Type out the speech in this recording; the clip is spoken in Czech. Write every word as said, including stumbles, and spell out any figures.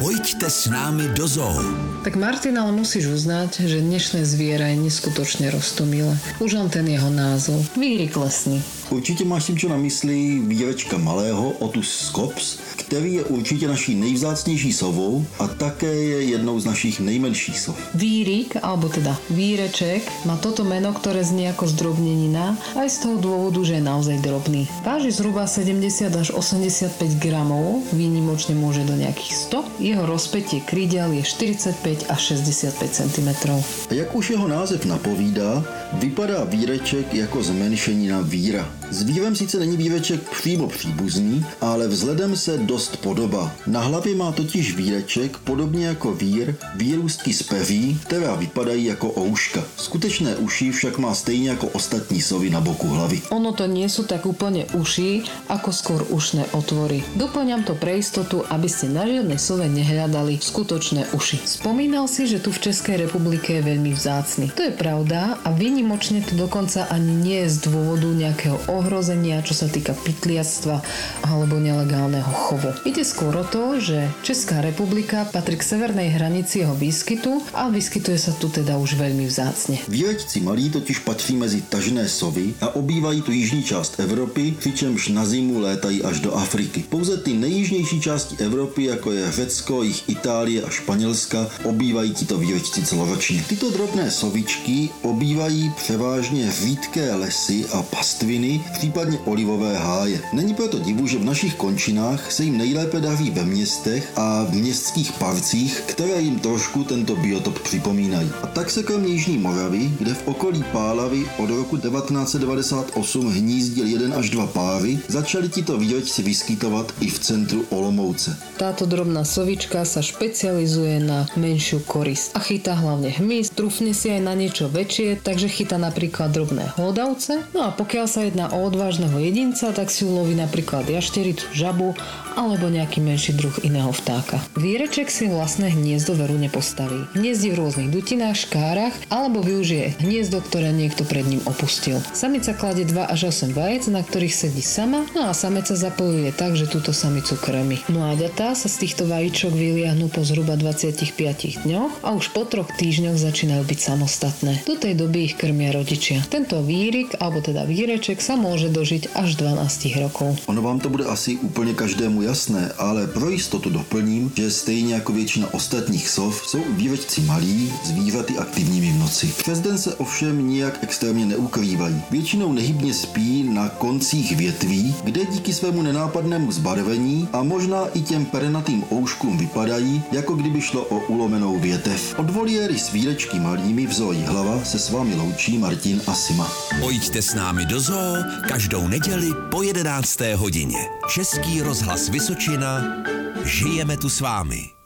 Pojďte s námi do zoo. Tak Martin, ale musíš uznať, že dnešné zviera je neskutočne roztomilé. Už len ten jeho názov. Vírik lesný. Určitě máš tím, čo na mysli výrečka malého Otus scops, který je určitě naší nejvzácnější sovou a také je jednou z našich nejmenších sov. Vírik, alebo teda víreček, má toto meno, ktoré znie ako zdrobnenina, aj z toho dôvodu, že je naozaj drobný. Váži zhruba sedemdesiat až osemdesiatpäť gramov, výnimočne môže do nejakých sto. Jeho rozpätie krídel je štyridsaťpäť až šesťdesiatpäť centimetrov. A jak už jeho název napovídá, vypadá víreček jako zmenšenina víra. S vírem sice není víreček přímo příbuzný, ale vzhledem se dost podobá. Na hlavě má totiž víreček, podobně jako vír, výrůstky z peří, která vypadají jako ouška. Skutečné uši však má stejně jako ostatní sovy na boku hlavy. Ono to nie sú tak úplne uši, ako skôr ušné otvory. Doplňam to pre istotu, aby ste na žiadnej sove nehľadali skutočné uši. Spomínal si, že tu v Českej republike je veľmi vzácny. To je pravda a výnimočne to dokonca ani nie je z dôvodu nejakého ohrozenia, čo sa týka pytliactva alebo nelegálneho chovu. Ide skôr o to, že Česká republika patrí k severnej hranici jeho výskytu a vyskytuje sa tu teda už veľmi vzácne. Vírečci malí totiž patří mezi tažné sovy a obývají tu jižní část Evropy, přičemž na zimu létají až do Afriky. Pouze ty nejjižnější části Evropy, jako je Řecko, jich Itálie a Španělska, obývají tito vírečci celoročně. Tyto drobné sovičky obývají převážně řídké lesy a pastviny, případně olivové háje. Není proto divu, že v našich končinách se jim nejlépe daří ve městech a v městských parcích, které jim trošku tento biotop připomínají. A tak se kromě Jižní Moravy, kde v okolí Pálavy od roku devatenáct set devadesát osm hnízdil jeden až dva páry, začali tito vírečci vyskytovat i v centru Olomouce. Táto drobná sovička sa špecializuje na menšiu korisť a chytá hlavne hmyz, trúfne si aj na niečo väčšie, takže chytá napríklad drobné hlodavce. No a pokiaľ sa jedná o odvážneho jedinca, tak si uloví napríklad jaštericu, žabu alebo nejaký menší druh iného vtáka. Víreček si vlastné hniezdo veru nepostaví. Hniezdí v rôznych dutinách, škárach alebo využije hniezdo, ktoré niekto pred ním opustil. Samica kladie dva až osem vajec, na ktorých sedí sama, no a samec sa zapojuje tak, že túto samicu krmi. Mláďatá sa z týchto vajíčok vyliahnú po zhruba dvadsiatich piatich dňoch a už po troch týždňoch začínajú byť samostatné. Do tej doby ich krmia rodičia. Tento vírik, alebo teda víreček sa môže dožiť až dvanásť rokov. Ono vám to bude asi úplně každému jasné, ale pro jistotu doplním, že stejně jako většina ostatních sov jsou vírečci malí, zvířaty aktivními v noci. Přes den se ovšem nijak extrémně neukrývají. Většinou nehybně spí na koncích větví, kde díky svému nenápadnému zbarvení a možná i těm perenatým ouškům vypadají, jako kdyby šlo o ulomenou větev. Od voliéry s vírečky malými v zoo Jihlava se s vámi loučí Martin a Sima. Pojďte s námi do zoo každou neděli po jedenácté hodině. Český rozhlas Vysočina. Žijeme tu s vámi.